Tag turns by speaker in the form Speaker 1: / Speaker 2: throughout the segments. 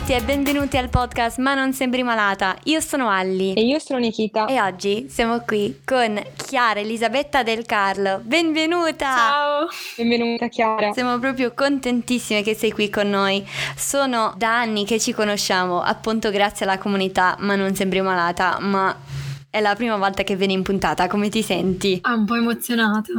Speaker 1: tutti e benvenuti al podcast Ma non sembri malata. Io sono Alli.
Speaker 2: E io sono Nikita.
Speaker 1: E oggi siamo qui con Chiara Elisabetta Del Carlo. Benvenuta!
Speaker 2: Ciao! Benvenuta Chiara.
Speaker 1: Siamo proprio contentissime che sei qui con noi. Sono da anni che ci conosciamo, appunto grazie alla comunità Ma non sembri malata, ma è la prima volta che vieni in puntata. Come ti senti?
Speaker 3: Un po' emozionata.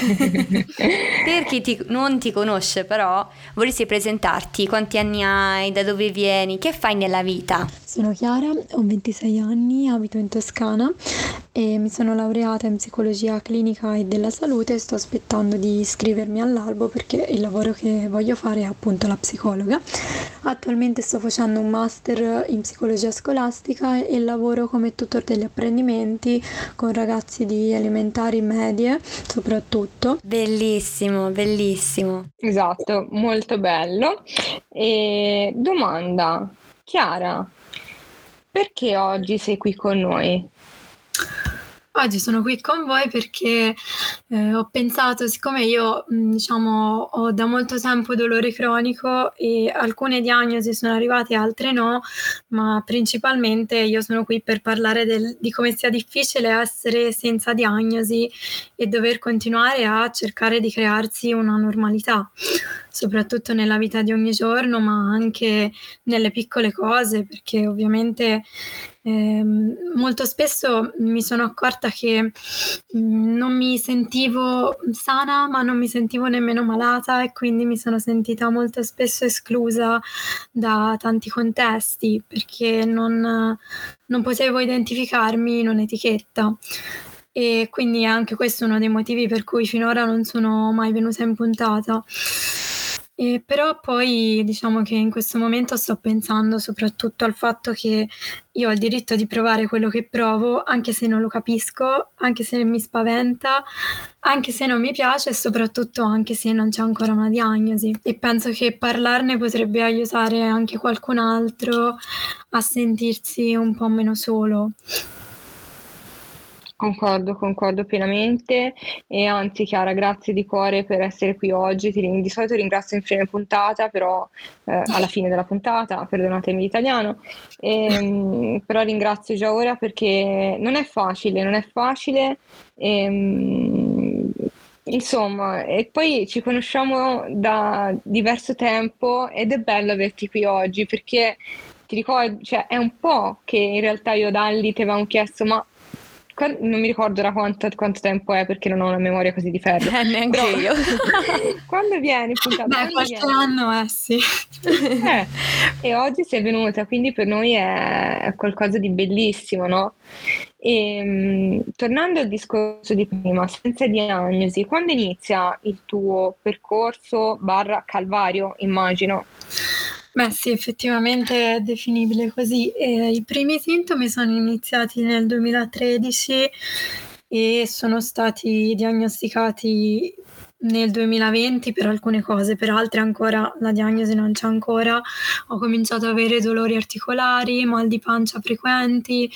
Speaker 1: Per chi non ti conosce però, vorresti presentarti? Quanti anni hai? Da dove vieni? Che fai nella vita?
Speaker 3: Sono Chiara, ho 26 anni, abito in Toscana e mi sono laureata in psicologia clinica e della salute e sto aspettando di iscrivermi all'albo perché il lavoro che voglio fare è appunto la psicologa. Attualmente sto facendo un master in psicologia scolastica e lavoro come tutor degli apprendimenti con ragazzi di elementari medie soprattutto.
Speaker 1: Bellissimo, bellissimo.
Speaker 2: Esatto, molto bello. E domanda, Chiara, perché oggi sei qui con noi?
Speaker 3: Oggi sono qui con voi perché ho pensato, siccome io ho da molto tempo dolore cronico e alcune diagnosi sono arrivate, altre no, ma principalmente io sono qui per parlare di come sia difficile essere senza diagnosi e dover continuare a cercare di crearsi una normalità, soprattutto nella vita di ogni giorno, ma anche nelle piccole cose, perché ovviamente molto spesso mi sono accorta che non mi sentivo sana, ma non mi sentivo nemmeno malata e quindi mi sono sentita molto spesso esclusa da tanti contesti perché non potevo identificarmi in un'etichetta. E quindi anche questo è uno dei motivi per cui finora non sono mai venuta in puntata. Però poi diciamo che in questo momento sto pensando soprattutto al fatto che io ho il diritto di provare quello che provo, anche se non lo capisco, anche se mi spaventa, anche se non mi piace e soprattutto anche se non c'è ancora una diagnosi. E penso che parlarne potrebbe aiutare anche qualcun altro a sentirsi un po' meno solo.
Speaker 2: Concordo pienamente e anzi Chiara, grazie di cuore per essere qui oggi. Di solito ringrazio in fine puntata, però alla fine della puntata, perdonatemi l'italiano, però ringrazio già ora perché non è facile. Insomma, e poi ci conosciamo da diverso tempo ed è bello averti qui oggi perché ti ricordo, cioè è un po' che in realtà io da lì ti avevamo chiesto, ma non mi ricordo da quanto tempo è perché non ho una memoria così di ferro.
Speaker 1: Neanche io.
Speaker 2: Quando vieni?
Speaker 3: Qualche anno, sì.
Speaker 2: E oggi sei venuta, quindi per noi è qualcosa di bellissimo, no? E, tornando al discorso di prima, senza diagnosi, quando inizia il tuo percorso / calvario, immagino?
Speaker 3: Beh sì, effettivamente è definibile così. I primi sintomi sono iniziati nel 2013 e sono stati diagnosticati nel 2020 per alcune cose, per altre ancora la diagnosi non c'è ancora. Ho cominciato ad avere dolori articolari, mal di pancia frequenti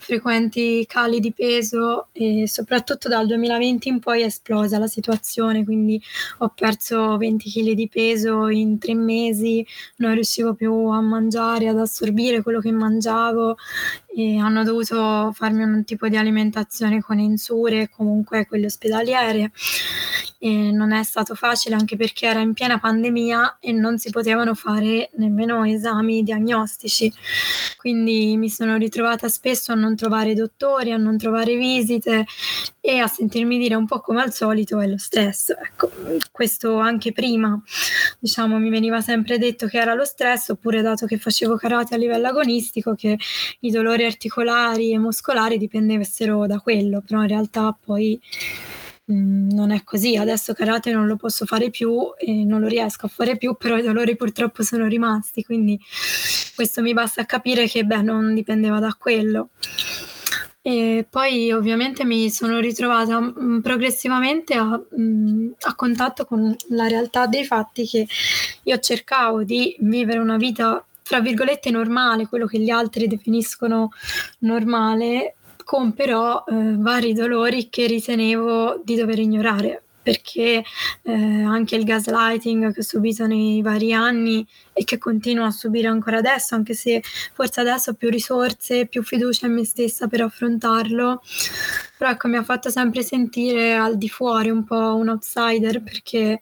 Speaker 3: cali di peso e soprattutto dal 2020 in poi è esplosa la situazione, quindi ho perso 20 kg di peso in 3 mesi, non riuscivo più a mangiare, ad assorbire quello che mangiavo e hanno dovuto farmi un tipo di alimentazione con ensure, comunque quelle ospedaliere. E non è stato facile anche perché era in piena pandemia e non si potevano fare nemmeno esami diagnostici, quindi mi sono ritrovata spesso a non trovare dottori, a non trovare visite e a sentirmi dire un po' come al solito è lo stress. Ecco, questo anche prima, diciamo, mi veniva sempre detto che era lo stress, oppure dato che facevo karate a livello agonistico che i dolori articolari e muscolari dipendessero da quello, però in realtà poi non è così. Adesso karate non lo posso fare più e non lo riesco a fare più, però i dolori purtroppo sono rimasti, quindi questo mi basta a capire che non dipendeva da quello. E poi ovviamente mi sono ritrovata progressivamente a contatto con la realtà dei fatti, che io cercavo di vivere una vita tra virgolette normale, quello che gli altri definiscono normale, con però vari dolori che ritenevo di dover ignorare, perché anche il gaslighting che ho subito nei vari anni e che continuo a subire ancora adesso, anche se forse adesso ho più risorse, più fiducia in me stessa per affrontarlo, però ecco, mi ha fatto sempre sentire al di fuori, un po' un outsider, perché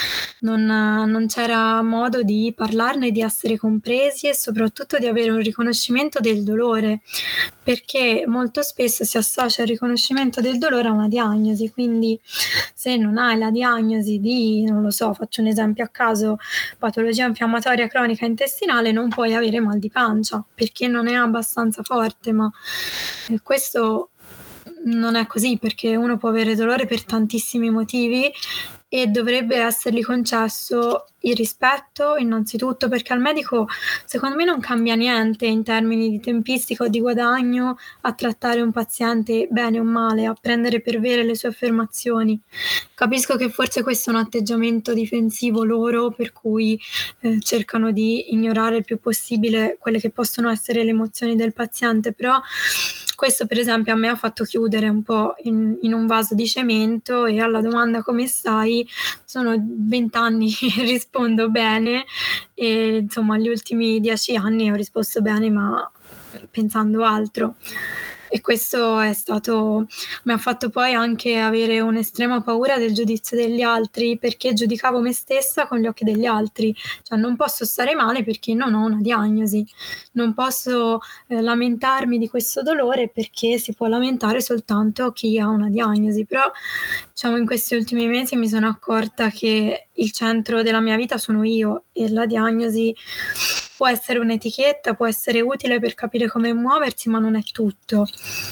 Speaker 3: non c'era modo di parlarne, di essere compresi e soprattutto di avere un riconoscimento del dolore, perché molto spesso si associa il riconoscimento del dolore a una diagnosi, quindi se non hai la diagnosi di, non lo so, faccio un esempio a caso, patologia infiammatoria cronica intestinale, non puoi avere mal di pancia perché non è abbastanza forte, ma questo non è così, perché uno può avere dolore per tantissimi motivi e dovrebbe essergli concesso il rispetto innanzitutto, perché al medico secondo me non cambia niente in termini di tempistica o di guadagno a trattare un paziente bene o male, a prendere per vere le sue affermazioni. Capisco che forse questo è un atteggiamento difensivo loro, per cui cercano di ignorare il più possibile quelle che possono essere le emozioni del paziente, però questo per esempio a me ha fatto chiudere un po' in un vaso di cemento, e alla domanda come stai sono 20 anni che rispondo bene, e insomma gli ultimi 10 anni ho risposto bene ma pensando altro. E questo mi ha fatto poi anche avere un'estrema paura del giudizio degli altri, perché giudicavo me stessa con gli occhi degli altri, cioè non posso stare male perché non ho una diagnosi, non posso lamentarmi di questo dolore perché si può lamentare soltanto chi ha una diagnosi. Però diciamo in questi ultimi mesi mi sono accorta che il centro della mia vita sono io, e la diagnosi può essere un'etichetta, può essere utile per capire come muoversi, ma non è tutto.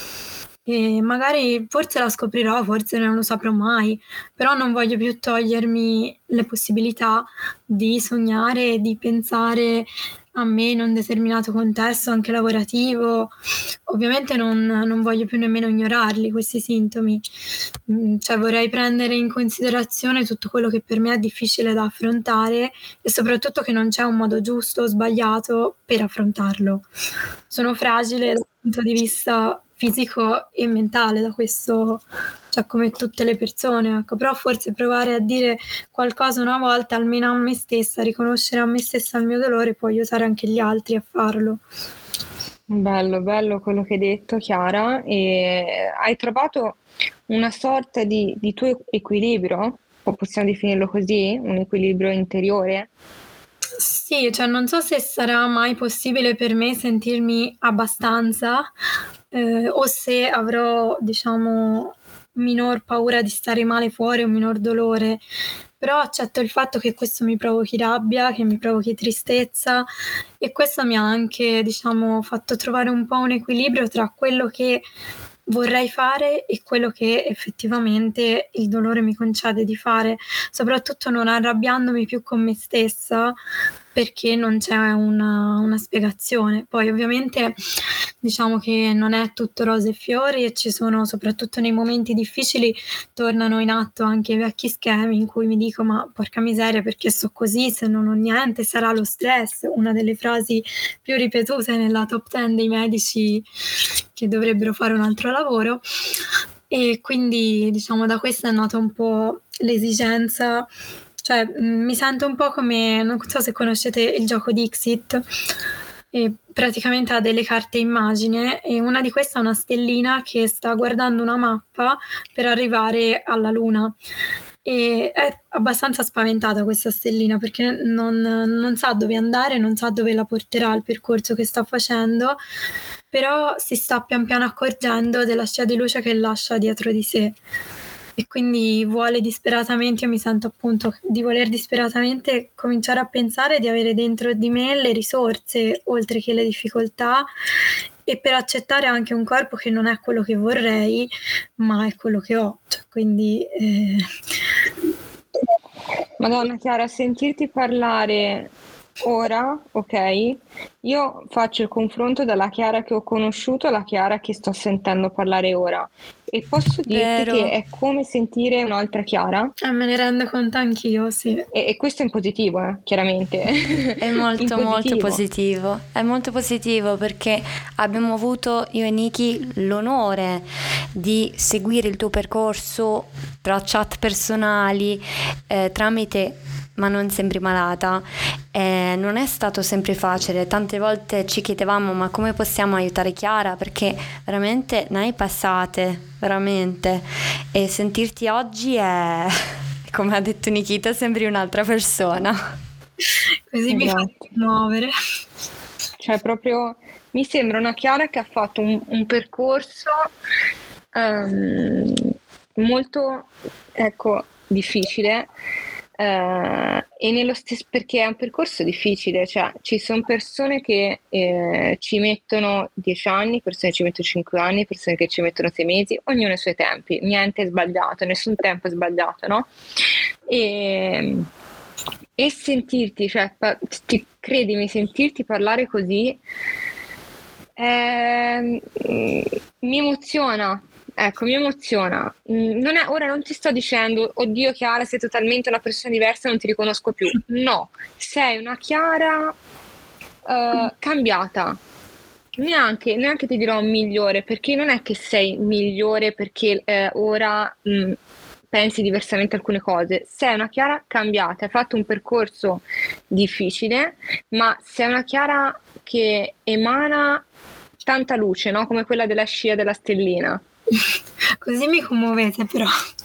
Speaker 3: E magari forse la scoprirò, forse non lo saprò mai, però non voglio più togliermi le possibilità di sognare e di pensare a me in un determinato contesto, anche lavorativo. Ovviamente non voglio più nemmeno ignorarli questi sintomi, cioè vorrei prendere in considerazione tutto quello che per me è difficile da affrontare, e soprattutto che non c'è un modo giusto o sbagliato per affrontarlo. Sono fragile dal punto di vista fisico e mentale da questo, cioè come tutte le persone, ecco. Però forse provare a dire qualcosa una volta, almeno a me stessa, riconoscere a me stessa il mio dolore, può aiutare anche gli altri a farlo.
Speaker 2: Bello, bello quello che hai detto, Chiara. E hai trovato una sorta di tuo equilibrio, o possiamo definirlo così, un equilibrio interiore?
Speaker 3: Sì, cioè non so se sarà mai possibile per me sentirmi abbastanza, o se avrò, diciamo, minor paura di stare male fuori o minor dolore, però accetto il fatto che questo mi provochi rabbia, che mi provochi tristezza, e questo mi ha anche, diciamo, fatto trovare un po' un equilibrio tra quello che vorrei fare e quello che effettivamente il dolore mi concede di fare, soprattutto non arrabbiandomi più con me stessa perché non c'è una spiegazione. Poi ovviamente diciamo che non è tutto rose e fiori, e ci sono, soprattutto nei momenti difficili, tornano in atto anche i vecchi schemi in cui mi dico: ma porca miseria, perché sto così se non ho niente? Sarà lo stress, una delle frasi più ripetute nella top 10 dei medici che dovrebbero fare un altro lavoro. E quindi diciamo da questo è nata un po' l'esigenza, cioè mi sento un po' come, non so se conoscete il gioco Dixit, e praticamente ha delle carte immagine, e una di queste è una stellina che sta guardando una mappa per arrivare alla luna, e è abbastanza spaventata questa stellina perché non sa dove andare, non sa dove la porterà il percorso che sta facendo, però si sta pian piano accorgendo della scia di luce che lascia dietro di sé, e quindi vuole disperatamente, io mi sento appunto di voler disperatamente cominciare a pensare di avere dentro di me le risorse oltre che le difficoltà, e per accettare anche un corpo che non è quello che vorrei, ma è quello che ho. Cioè, quindi
Speaker 2: Madonna Chiara, sentirti parlare ora, ok, io faccio il confronto dalla Chiara che ho conosciuto alla Chiara che sto sentendo parlare ora e posso dirti che
Speaker 1: Vero?
Speaker 2: è come sentire un'altra Chiara
Speaker 3: Me ne rendo conto anch'io, sì.
Speaker 2: e questo è in positivo, chiaramente,
Speaker 1: È
Speaker 2: in
Speaker 1: molto
Speaker 2: positivo.
Speaker 1: positivo, è molto positivo perché abbiamo avuto io e Niki l'onore di seguire il tuo percorso tra chat personali, tramite Ma non sembri malata. Non è stato sempre facile, tante volte ci chiedevamo ma come possiamo aiutare Chiara perché veramente ne hai passate, veramente, e sentirti oggi è, come ha detto Nikita, sembri un'altra persona.
Speaker 3: Così mi fa
Speaker 2: Esatto.
Speaker 3: muovere.
Speaker 2: Cioè, proprio mi sembra una Chiara che ha fatto un percorso molto, ecco, difficile. E nello stesso perché è un percorso difficile, cioè ci sono persone che ci mettono 10 anni, persone che ci mettono 5 anni, persone che ci mettono 6 mesi, ognuno ha i suoi tempi, niente è sbagliato, nessun tempo è sbagliato, no? E, e sentirti, cioè, credimi, sentirti parlare così mi emoziona. Ecco, mi emoziona. Ora non ti sto dicendo, oddio Chiara, sei totalmente una persona diversa, non ti riconosco più. No, sei una Chiara cambiata. Neanche ti dirò migliore, perché non è che sei migliore perché ora pensi diversamente alcune cose. Sei una Chiara cambiata, hai fatto un percorso difficile, ma sei una Chiara che emana tanta luce, no? Come quella della scia della stellina.
Speaker 3: Così mi commuovete però.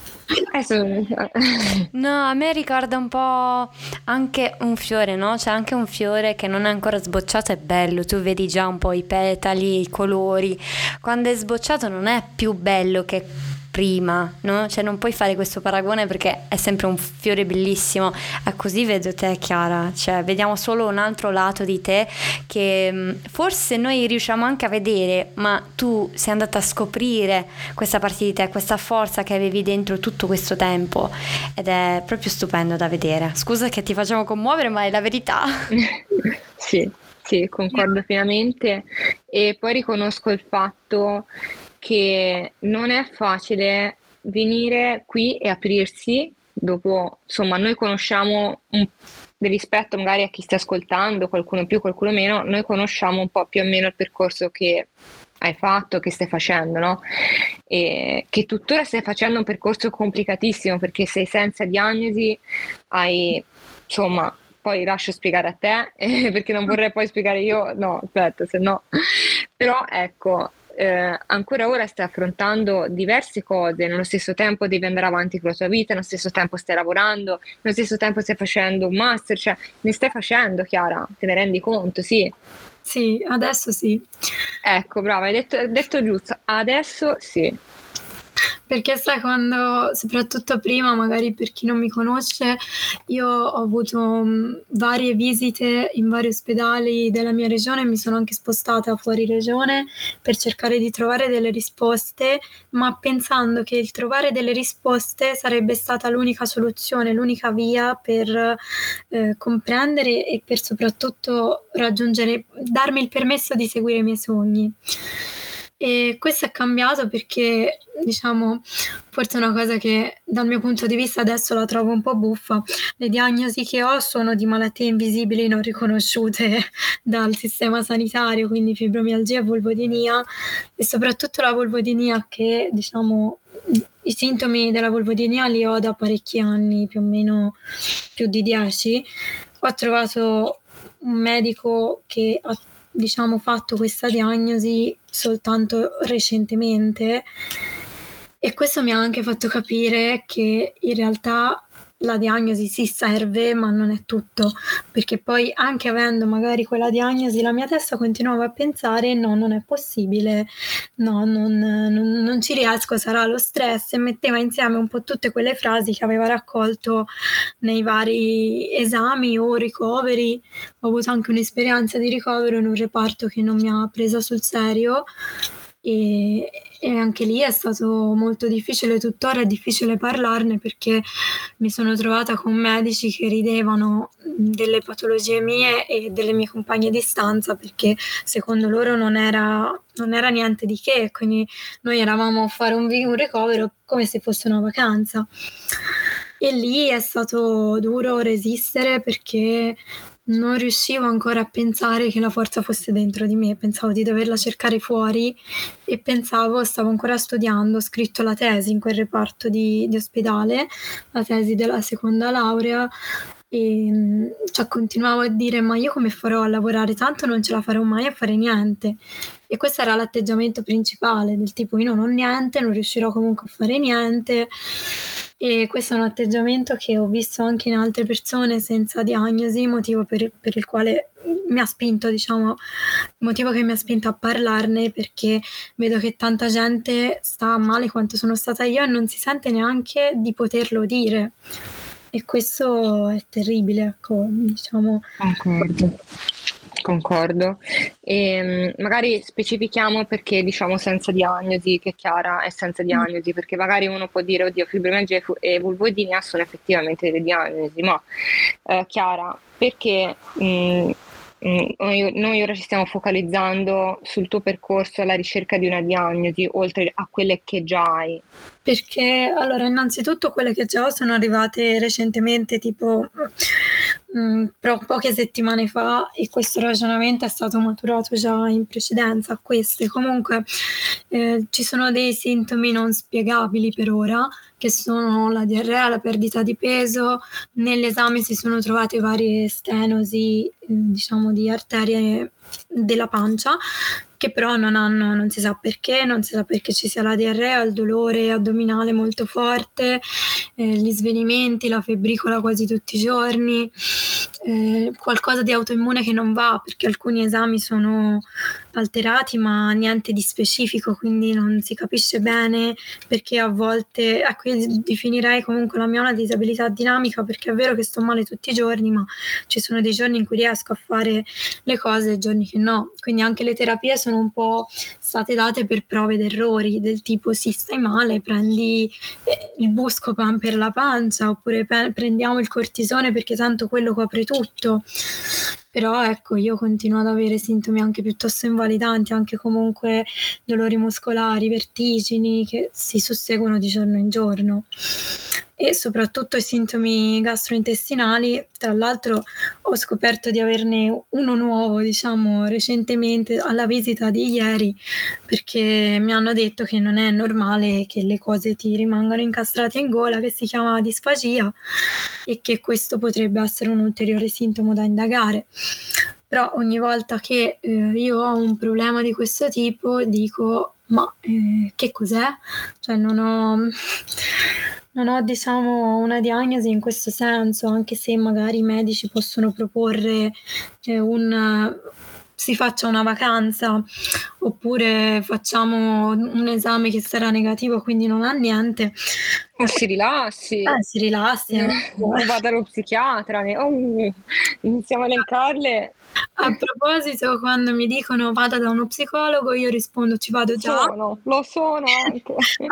Speaker 1: No, a me ricorda un po' anche un fiore, no? C'è anche un fiore che non è ancora sbocciato, è bello, tu vedi già un po' i petali, i colori. Quando è sbocciato non è più bello che prima, no? Cioè non puoi fare questo paragone perché è sempre un fiore bellissimo. Così vedo te, Chiara, cioè vediamo solo un altro lato di te che forse noi riusciamo anche a vedere, ma tu sei andata a scoprire questa parte di te, questa forza che avevi dentro tutto questo tempo ed è proprio stupendo da vedere. Scusa che ti facciamo commuovere, ma è la verità.
Speaker 2: Sì, sì, concordo pienamente e poi riconosco il fatto che non è facile venire qui e aprirsi dopo, insomma, noi conosciamo del rispetto magari a chi sta ascoltando, qualcuno più, qualcuno meno, noi conosciamo un po' più o meno il percorso che hai fatto, che stai facendo, no? E che tuttora stai facendo un percorso complicatissimo perché sei senza diagnosi, hai, insomma, poi lascio spiegare a te, perché non vorrei poi spiegare io, no, aspetta, se no. Però ecco, ancora ora stai affrontando diverse cose, nello stesso tempo devi andare avanti con la tua vita, nello stesso tempo stai lavorando, nello stesso tempo stai facendo un master, cioè ne stai facendo, Chiara, te ne rendi conto, sì.
Speaker 3: Sì, adesso sì.
Speaker 2: Ecco, brava, hai detto giusto, adesso sì.
Speaker 3: Perché sai, quando, soprattutto prima, magari per chi non mi conosce, io ho avuto varie visite in vari ospedali della mia regione, mi sono anche spostata fuori regione per cercare di trovare delle risposte, ma pensando che il trovare delle risposte sarebbe stata l'unica soluzione, l'unica via per comprendere e per soprattutto raggiungere, darmi il permesso di seguire i miei sogni. E questo è cambiato perché, diciamo, forse è una cosa che dal mio punto di vista adesso la trovo un po' buffa. Le diagnosi che ho sono di malattie invisibili non riconosciute dal sistema sanitario, quindi fibromialgia e vulvodinia, e soprattutto la vulvodinia che, diciamo, i sintomi della vulvodinia li ho da parecchi anni, più o meno più di 10. Ho trovato un medico che ha, diciamo, fatto questa diagnosi soltanto recentemente e questo mi ha anche fatto capire che in realtà la diagnosi sì serve, ma non è tutto, perché poi anche avendo magari quella diagnosi la mia testa continuava a pensare no, non è possibile, no, non ci riesco, sarà lo stress, e metteva insieme un po' tutte quelle frasi che aveva raccolto nei vari esami o ricoveri. Ho avuto anche un'esperienza di ricovero in un reparto che non mi ha presa sul serio e anche lì è stato molto difficile, tuttora è difficile parlarne perché mi sono trovata con medici che ridevano delle patologie mie e delle mie compagne di stanza perché secondo loro non era niente di che, quindi noi eravamo a fare un ricovero come se fosse una vacanza. E lì è stato duro resistere perché non riuscivo ancora a pensare che la forza fosse dentro di me, pensavo di doverla cercare fuori e stavo ancora studiando, ho scritto la tesi in quel reparto di ospedale, la tesi della seconda laurea e cioè, continuavo a dire ma io come farò a lavorare, tanto non ce la farò mai a fare niente. E questo era l'atteggiamento principale, del tipo io non ho niente, non riuscirò comunque a fare niente. E questo è un atteggiamento che ho visto anche in altre persone senza diagnosi, motivo per il quale mi ha spinto, diciamo, il motivo che mi ha spinto a parlarne, perché vedo che tanta gente sta male quanto sono stata io e non si sente neanche di poterlo dire. E questo è terribile, ecco, diciamo.
Speaker 2: Concordo. E magari specifichiamo perché diciamo senza diagnosi, che Chiara è senza diagnosi, perché magari uno può dire oddio, fibromialgia e vulvodynia sono effettivamente delle diagnosi, ma Chiara, perché noi ora ci stiamo focalizzando sul tuo percorso alla ricerca di una diagnosi, oltre a quelle che già hai?
Speaker 3: Perché allora innanzitutto quelle che già ho sono arrivate recentemente, tipo poche settimane fa, e questo ragionamento è stato maturato già in precedenza a queste. Comunque ci sono dei sintomi non spiegabili per ora, che sono la diarrea, la perdita di peso. Nell'esame si sono trovate varie stenosi, diciamo, di arterie della pancia, che però non si sa perché ci sia la diarrea, il dolore addominale molto forte, gli svenimenti, la febbricola quasi tutti i giorni, qualcosa di autoimmune che non va, perché alcuni esami sono alterati ma niente di specifico, quindi non si capisce bene perché a volte, ecco, io definirei comunque la mia una disabilità dinamica, perché è vero che sto male tutti i giorni, ma ci sono dei giorni in cui riesco a fare le cose e giorni che no, quindi anche le terapie sono un po' state date per prove ed errori, del tipo sì, stai male, prendi il Buscopan per la pancia, oppure prendiamo il cortisone perché tanto quello copre tutto. Però ecco, io continuo ad avere sintomi anche piuttosto invalidanti, anche comunque dolori muscolari, vertigini che si susseguono di giorno in giorno. E soprattutto i sintomi gastrointestinali. Tra l'altro ho scoperto di averne uno nuovo, diciamo, recentemente alla visita di ieri, perché mi hanno detto che non è normale che le cose ti rimangano incastrate in gola, che si chiama disfagia e che questo potrebbe essere un ulteriore sintomo da indagare. Però ogni volta che io ho un problema di questo tipo dico ma che cos'è? Cioè non ho diciamo una diagnosi in questo senso, anche se magari i medici possono proporre si faccia una vacanza oppure facciamo un esame che sarà negativo quindi non ha niente.
Speaker 2: O si rilassi.
Speaker 3: Si rilassi.
Speaker 2: O vada dallo psichiatra. Iniziamo a elencarle.
Speaker 3: A proposito, quando mi dicono vada da uno psicologo, io rispondo ci vado già.
Speaker 2: Lo sono anche.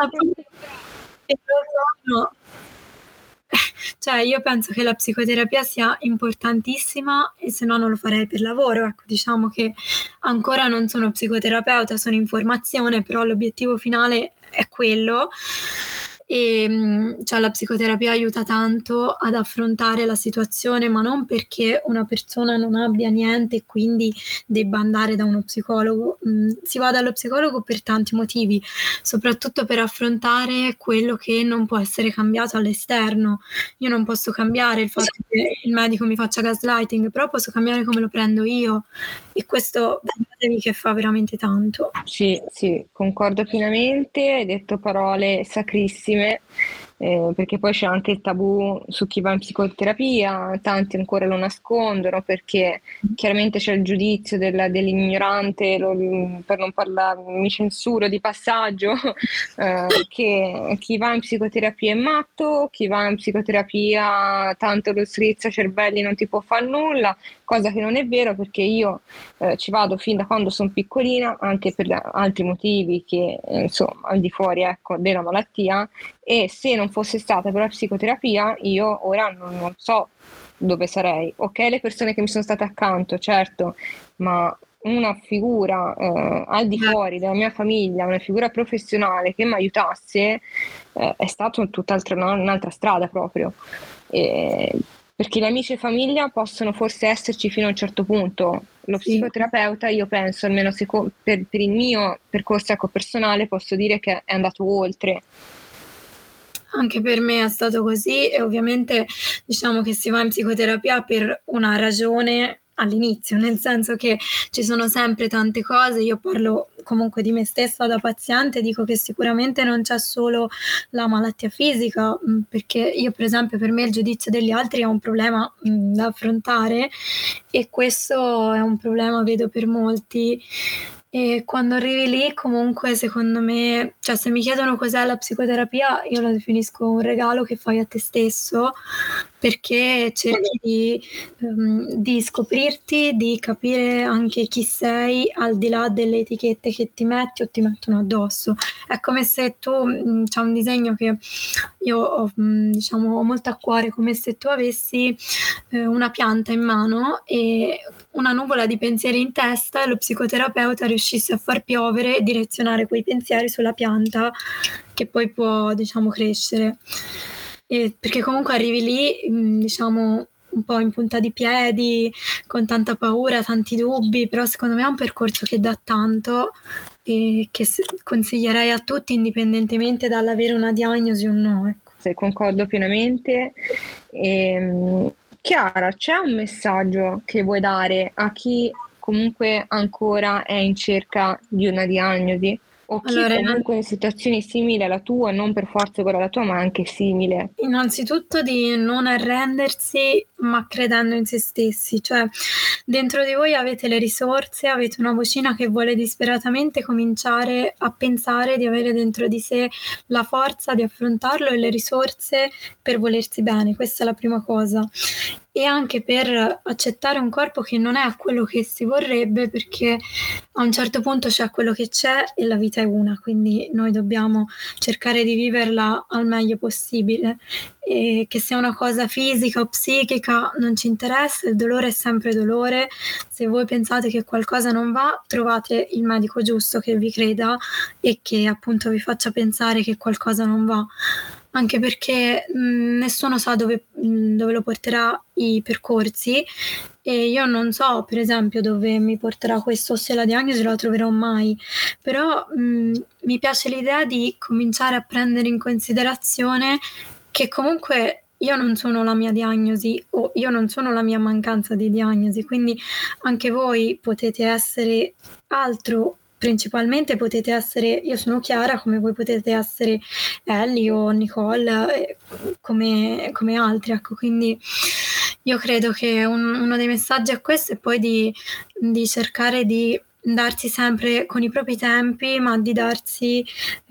Speaker 3: Lo sono. Cioè, io penso che la psicoterapia sia importantissima e se no non lo farei per lavoro. Ecco, diciamo che ancora non sono psicoterapeuta, sono in formazione, però l'obiettivo finale è quello. E cioè la psicoterapia aiuta tanto ad affrontare la situazione, ma non perché una persona non abbia niente e quindi debba andare da uno psicologo. Si va dallo psicologo per tanti motivi, soprattutto per affrontare quello che non può essere cambiato all'esterno. Io non posso cambiare il fatto che il medico mi faccia gaslighting, però posso cambiare come lo prendo io, e questo fidatevi che fa veramente tanto.
Speaker 2: Sì, concordo pienamente, hai detto parole sacrissime perché poi c'è anche il tabù su chi va in psicoterapia, tanti ancora lo nascondono perché chiaramente c'è il giudizio dell'ignorante, per non parlare, mi censuro di passaggio, che chi va in psicoterapia è matto, chi va in psicoterapia tanto lo strizza cervelli non ti può fare nulla, cosa che non è vero perché io ci vado fin da quando sono piccolina, anche per altri motivi che insomma al di fuori ecco, della malattia, e se non fosse stata per la psicoterapia io ora non so dove sarei. Ok, le persone che mi sono state accanto, certo, ma una figura al di fuori della mia famiglia, una figura professionale che mi aiutasse, è stato un'altra strada proprio. E- perché gli amici e famiglia possono forse esserci fino a un certo punto. Lo
Speaker 3: Sì.
Speaker 2: psicoterapeuta, io penso, almeno per il mio percorso ecco, personale, posso dire che è andato oltre.
Speaker 3: Anche per me è stato così e ovviamente diciamo che si va in psicoterapia per una ragione all'inizio, nel senso che ci sono sempre tante cose, io parlo comunque di me stessa da paziente, dico che sicuramente non c'è solo la malattia fisica, perché io per esempio per me il giudizio degli altri è un problema da affrontare e questo è un problema vedo per molti. E quando arrivi lì comunque secondo me, cioè se mi chiedono cos'è la psicoterapia, io la definisco un regalo che fai a te stesso perché cerchi di scoprirti, di capire anche chi sei al di là delle etichette che ti metti o ti mettono addosso. È come se tu, c'è un disegno che io ho, diciamo, ho molto a cuore, come se tu avessi una pianta in mano e una nuvola di pensieri in testa e lo psicoterapeuta riuscisse a far piovere e direzionare quei pensieri sulla pianta che poi può, diciamo, crescere. Perché comunque arrivi lì, diciamo, un po' in punta di piedi, con tanta paura, tanti dubbi, però secondo me è un percorso che dà tanto e che consiglierei a tutti indipendentemente dall'avere una diagnosi o no. Ecco.
Speaker 2: Concordo pienamente. Chiara, c'è un messaggio che vuoi dare a chi comunque ancora è in cerca di una diagnosi o chi
Speaker 3: Allora,
Speaker 2: comunque in situazioni simili alla tua, non per forza quella alla tua, ma anche simile?
Speaker 3: innanzitutto di non arrendersi, ma credendo in se stessi, cioè dentro di voi avete le risorse, avete una vocina che vuole disperatamente cominciare a pensare di avere dentro di sé la forza di affrontarlo e le risorse per volersi bene, questa è la prima cosa. E anche per accettare un corpo che non è quello che si vorrebbe, perché a un certo punto c'è quello che c'è e la vita è una, quindi noi dobbiamo cercare di viverla al meglio possibile. E che sia una cosa fisica o psichica non ci interessa, il dolore è sempre dolore. Se voi pensate che qualcosa non va, trovate il medico giusto che vi creda e che appunto vi faccia pensare che qualcosa non va. Anche perché nessuno sa dove lo porterà i percorsi e io non so per esempio dove mi porterà questo, se la diagnosi la troverò mai, però mi piace l'idea di cominciare a prendere in considerazione che comunque io non sono la mia diagnosi o io non sono la mia mancanza di diagnosi, quindi anche voi potete essere altro. Principalmente potete essere, io sono Chiara, come voi potete essere Ellie o Nicole, come altri, ecco, quindi io credo che uno dei messaggi è questo e poi di cercare di darsi sempre con i propri tempi, ma di darsi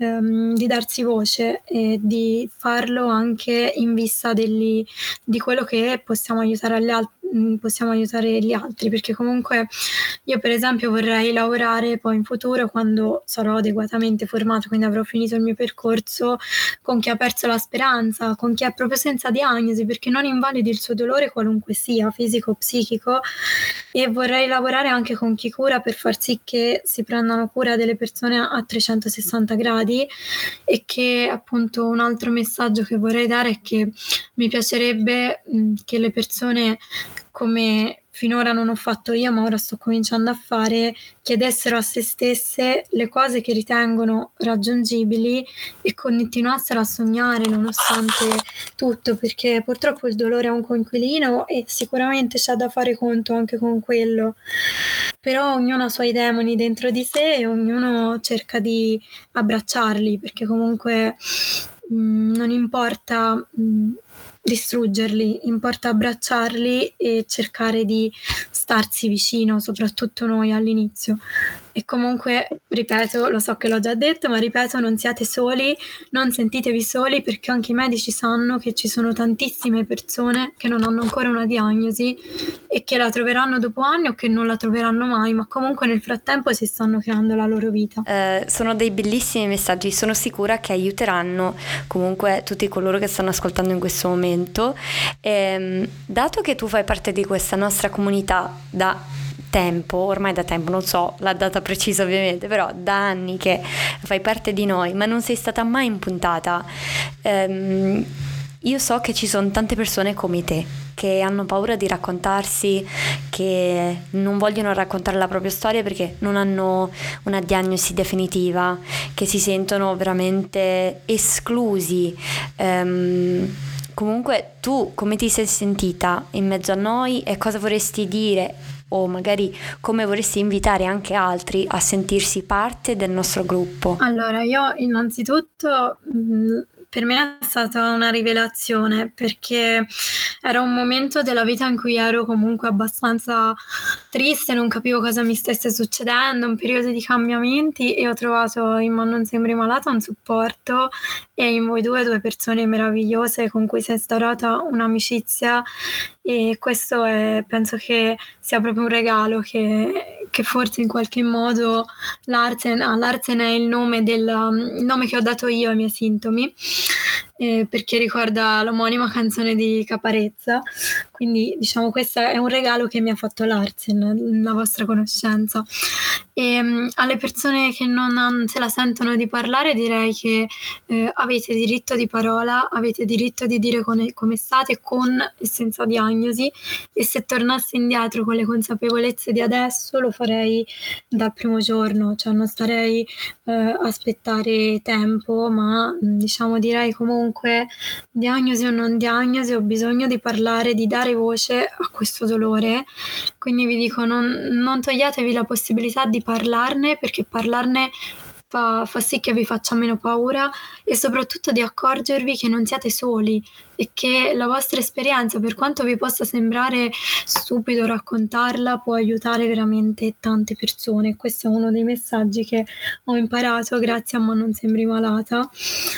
Speaker 3: voce e di farlo anche in vista di quello che possiamo aiutare possiamo aiutare gli altri, perché comunque io per esempio vorrei lavorare poi in futuro quando sarò adeguatamente formata, quindi avrò finito il mio percorso, con chi ha perso la speranza, con chi è proprio senza diagnosi, perché non invalidi il suo dolore qualunque sia, fisico o psichico, e vorrei lavorare anche con chi cura per far sì che si prendano cura delle persone a 360 gradi e che appunto un altro messaggio che vorrei dare è che mi piacerebbe che le persone, come finora non ho fatto io, ma ora sto cominciando a fare, chiedessero a se stesse le cose che ritengono raggiungibili e continuassero a sognare nonostante tutto, perché purtroppo il dolore è un coinquilino e sicuramente c'è da fare conto anche con quello. Però ognuno ha i suoi demoni dentro di sé e ognuno cerca di abbracciarli, perché comunque non importa distruggerli, importa abbracciarli e cercare di starsi vicino, soprattutto noi all'inizio. E comunque, ripeto, lo so che l'ho già detto, ma ripeto, non siate soli, non sentitevi soli, perché anche i medici sanno che ci sono tantissime persone che non hanno ancora una diagnosi e che la troveranno dopo anni o che non la troveranno mai, ma comunque nel frattempo si stanno creando la loro vita.
Speaker 1: Sono dei bellissimi messaggi, sono sicura che aiuteranno comunque tutti coloro che stanno ascoltando in questo momento. Dato che tu fai parte di questa nostra comunità ormai da tempo, non so la data precisa ovviamente, però da anni che fai parte di noi, ma non sei stata mai impuntata, io so che ci sono tante persone come te che hanno paura di raccontarsi, che non vogliono raccontare la propria storia perché non hanno una diagnosi definitiva, che si sentono veramente esclusi. Comunque tu come ti sei sentita in mezzo a noi e cosa vorresti dire o magari come vorresti invitare anche altri a sentirsi parte del nostro gruppo?
Speaker 3: Allora, io innanzitutto per me è stata una rivelazione, perché era un momento della vita in cui ero comunque abbastanza triste, non capivo cosa mi stesse succedendo, un periodo di cambiamenti, e ho trovato in Ma non sembri malata un supporto, e in voi due persone meravigliose con cui si è instaurata un'amicizia, e questo penso che sia proprio un regalo che forse in qualche modo l'Arsen è il nome che ho dato io ai miei sintomi, perché ricorda l'omonima canzone di Caparezza, quindi diciamo questo è un regalo che mi ha fatto l'Arsen, la vostra conoscenza. E alle persone che non se la sentono di parlare direi che avete diritto di parola, avete diritto di dire come state con e senza diagnosi, e se tornassi indietro con le consapevolezze di adesso lo farei dal primo giorno, cioè non starei aspettare tempo, ma diciamo direi comunque, diagnosi o non diagnosi, ho bisogno di parlare, di dare voce a questo dolore, quindi vi dico non toglietevi la possibilità di parlarne, perché parlarne fa sì che vi faccia meno paura, e soprattutto di accorgervi che non siete soli e che la vostra esperienza, per quanto vi possa sembrare stupido raccontarla, può aiutare veramente tante persone. Questo è uno dei messaggi che ho imparato grazie a Ma non sembri malata,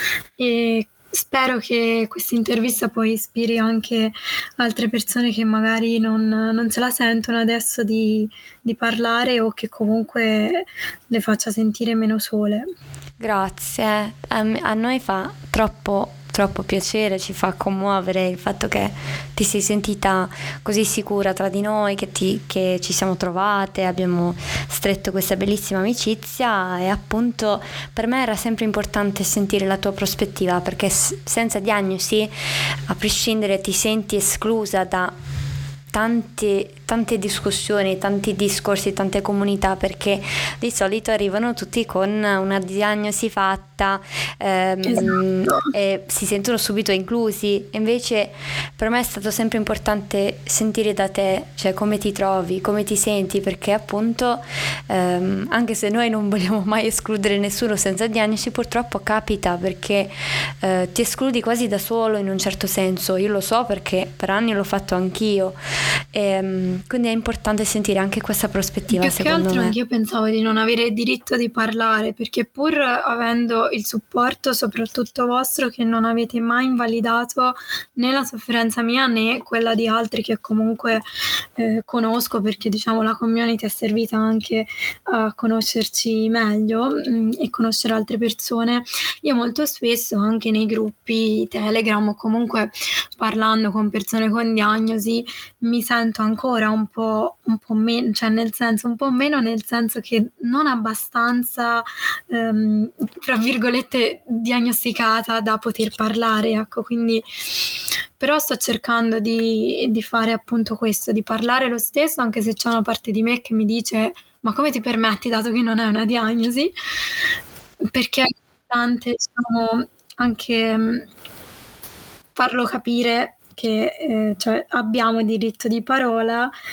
Speaker 3: e spero che questa intervista poi ispiri anche altre persone che magari non se la sentono adesso di parlare, o che comunque le faccia sentire meno sole.
Speaker 1: Grazie, a noi fa troppo piacere, ci fa commuovere il fatto che ti sei sentita così sicura tra di noi, che ci siamo trovate, abbiamo stretto questa bellissima amicizia, e appunto per me era sempre importante sentire la tua prospettiva, perché senza diagnosi, a prescindere, ti senti esclusa da tante discussioni, tanti discorsi, tante comunità, perché di solito arrivano tutti con una diagnosi fatta,
Speaker 3: Esatto.
Speaker 1: e si sentono subito inclusi. Invece per me è stato sempre importante sentire da te, cioè come ti trovi, come ti senti, perché appunto anche se noi non vogliamo mai escludere nessuno senza diagnosi, purtroppo capita, perché ti escludi quasi da solo in un certo senso. Io lo so perché per anni l'ho fatto anch'io. Quindi è importante sentire anche questa prospettiva.
Speaker 3: Più che
Speaker 1: secondo
Speaker 3: altro
Speaker 1: me
Speaker 3: anch'io pensavo di non avere il diritto di parlare, perché pur avendo il supporto soprattutto vostro, che non avete mai invalidato né la sofferenza mia né quella di altri che comunque conosco, perché diciamo la community è servita anche a conoscerci meglio e conoscere altre persone. Io molto spesso anche nei gruppi Telegram, o comunque parlando con persone con diagnosi, mi sento ancora un po' meno, cioè nel senso un po' meno, nel senso che non abbastanza tra virgolette diagnosticata da poter parlare, ecco. Quindi però sto cercando di fare appunto questo, di parlare lo stesso, anche se c'è una parte di me che mi dice: ma come ti permetti, dato che non è una diagnosi? Perché è importante, diciamo, anche farlo capire che cioè abbiamo diritto di parola,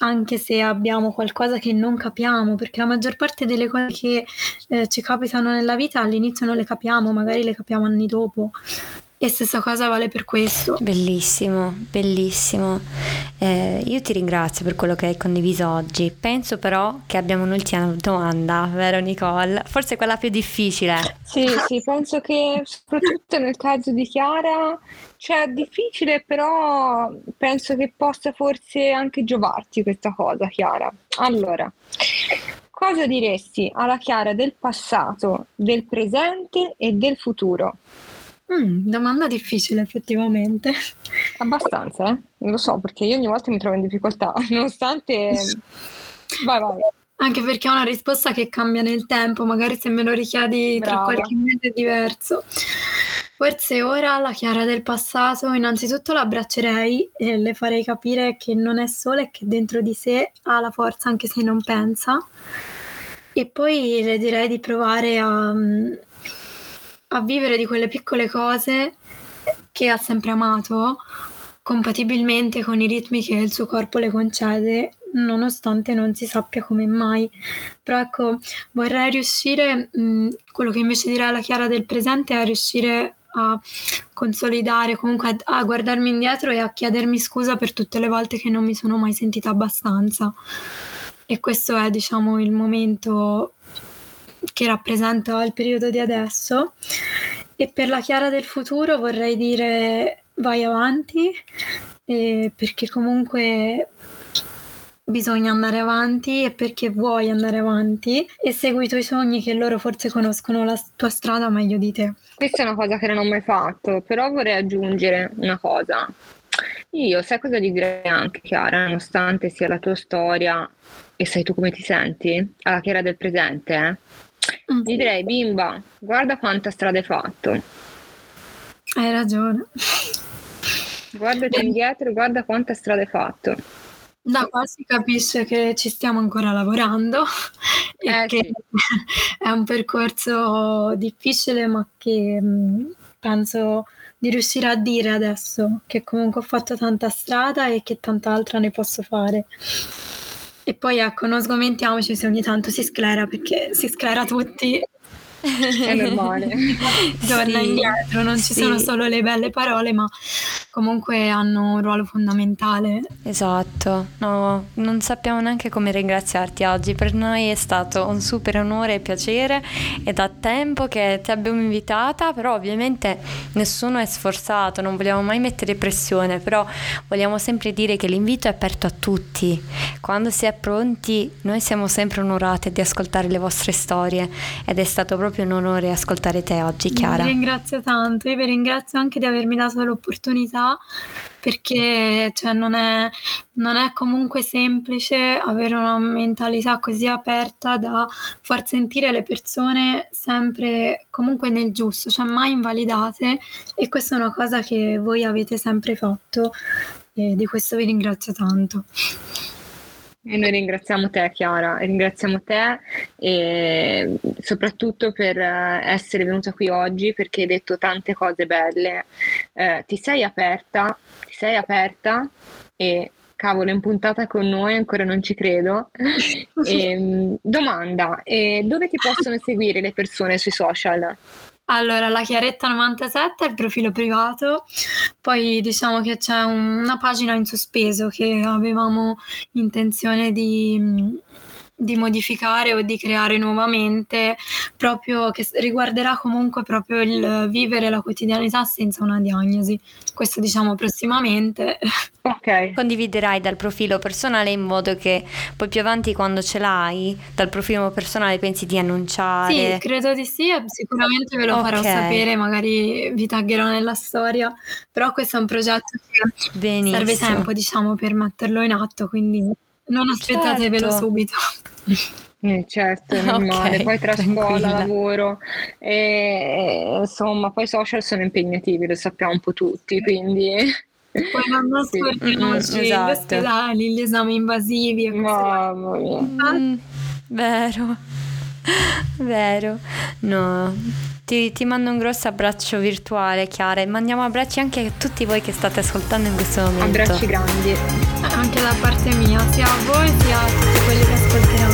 Speaker 3: anche se abbiamo qualcosa che non capiamo, perché la maggior parte delle cose che ci capitano nella vita all'inizio non le capiamo, magari le capiamo anni dopo. E stessa cosa vale per questo.
Speaker 1: Bellissimo, bellissimo. Io ti ringrazio per quello che hai condiviso oggi. Penso però che abbiamo un'ultima domanda, vero Nicole? Forse quella più difficile.
Speaker 2: Sì, penso che soprattutto nel caso di Chiara, cioè è difficile, però penso che possa forse anche giovarti questa cosa, Chiara. Allora, cosa diresti alla Chiara del passato, del presente e del futuro?
Speaker 3: Domanda difficile effettivamente.
Speaker 2: Abbastanza, lo so, perché io ogni volta mi trovo in difficoltà, nonostante... Vai.
Speaker 3: Anche perché è una risposta che cambia nel tempo, magari se me lo richiedi tra
Speaker 2: Brava.
Speaker 3: qualche mese è diverso. Forse ora la Chiara del passato, innanzitutto l'abbraccerei e le farei capire che non è sola e che dentro di sé ha la forza anche se non pensa. E poi le direi di provare a vivere di quelle piccole cose che ha sempre amato, compatibilmente con i ritmi che il suo corpo le concede, nonostante non si sappia come mai. Però ecco, vorrei riuscire, quello che invece direi alla Chiara del presente è riuscire a consolidare, comunque a guardarmi indietro e a chiedermi scusa per tutte le volte che non mi sono mai sentita abbastanza. E questo è, diciamo, il momento che rappresenta il periodo di adesso. E per la Chiara del futuro vorrei dire vai avanti, perché comunque bisogna andare avanti e perché vuoi andare avanti e segui i tuoi sogni, che loro forse conoscono la tua strada meglio di te.
Speaker 2: Questa è una cosa che non ho mai fatto, però vorrei aggiungere una cosa. Io, sai cosa gli direi anche, Chiara, nonostante sia la tua storia e sai tu come ti senti, alla Chiara del presente, gli direi, bimba, guarda quanta strada hai fatto.
Speaker 3: Hai ragione.
Speaker 2: Guardati indietro, guarda quanta strada hai fatto.
Speaker 3: Da qua si capisce che ci stiamo ancora lavorando e che
Speaker 2: Sì.
Speaker 3: è un percorso difficile, ma che penso di riuscire a dire adesso che comunque ho fatto tanta strada e che tanta altra ne posso fare. E poi ecco, non sgomentiamoci se ogni tanto si sclera, perché si sclera tutti.
Speaker 2: È normale.
Speaker 3: Torna indietro, non ci sono solo le belle parole, ma comunque hanno un ruolo fondamentale.
Speaker 1: Esatto, no, non sappiamo neanche come ringraziarti oggi. Per noi è stato un super onore e piacere, è da tempo che ti abbiamo invitata, però ovviamente nessuno è sforzato, non vogliamo mai mettere pressione, però vogliamo sempre dire che l'invito è aperto a tutti. Quando si è pronti, noi siamo sempre onorate di ascoltare le vostre storie ed è stato proprio un onore ascoltare te oggi, Chiara.
Speaker 3: Vi ringrazio tanto, io vi ringrazio anche di avermi dato l'opportunità, perché cioè, non è comunque semplice avere una mentalità così aperta da far sentire le persone sempre comunque nel giusto, cioè mai invalidate, e questa è una cosa che voi avete sempre fatto e di questo vi ringrazio tanto.
Speaker 2: E noi ringraziamo te, Chiara, ringraziamo te e soprattutto per essere venuta qui oggi, perché hai detto tante cose belle, ti sei aperta e cavolo, in puntata con noi, ancora non ci credo. Domanda, dove ti possono seguire le persone sui social?
Speaker 3: Allora, la Chiaretta97 è il profilo privato, poi diciamo che c'è una pagina in sospeso che avevamo intenzione di modificare o di creare nuovamente, proprio che riguarderà comunque proprio il vivere la quotidianità senza una diagnosi. Questo diciamo prossimamente.
Speaker 2: Ok.
Speaker 1: Condividerai dal profilo personale in modo che poi più avanti, quando ce l'hai, dal profilo personale pensi di annunciare?
Speaker 3: Sì, credo di sì, e sicuramente ve lo farò sapere, magari vi taggerò nella storia, però questo è un progetto che serve tempo, diciamo, per metterlo in atto, quindi non aspettatevelo subito.
Speaker 2: Certo, è normale,
Speaker 1: Ok,
Speaker 2: poi tra scuola,
Speaker 1: tranquilla.
Speaker 2: lavoro, insomma, poi i social sono impegnativi, lo sappiamo un po' tutti, quindi...
Speaker 3: Poi non nascondiamoci, gli
Speaker 1: esatto.
Speaker 3: ospedali, gli esami invasivi e
Speaker 2: Mamma mia.
Speaker 1: Vero, no, ti ti mando un grosso abbraccio virtuale, Chiara, e mandiamo abbracci anche a tutti voi che state ascoltando in questo momento.
Speaker 2: Abbracci grandi.
Speaker 3: Anche da parte mia, sia a voi sia a tutti quelli che ascolteranno.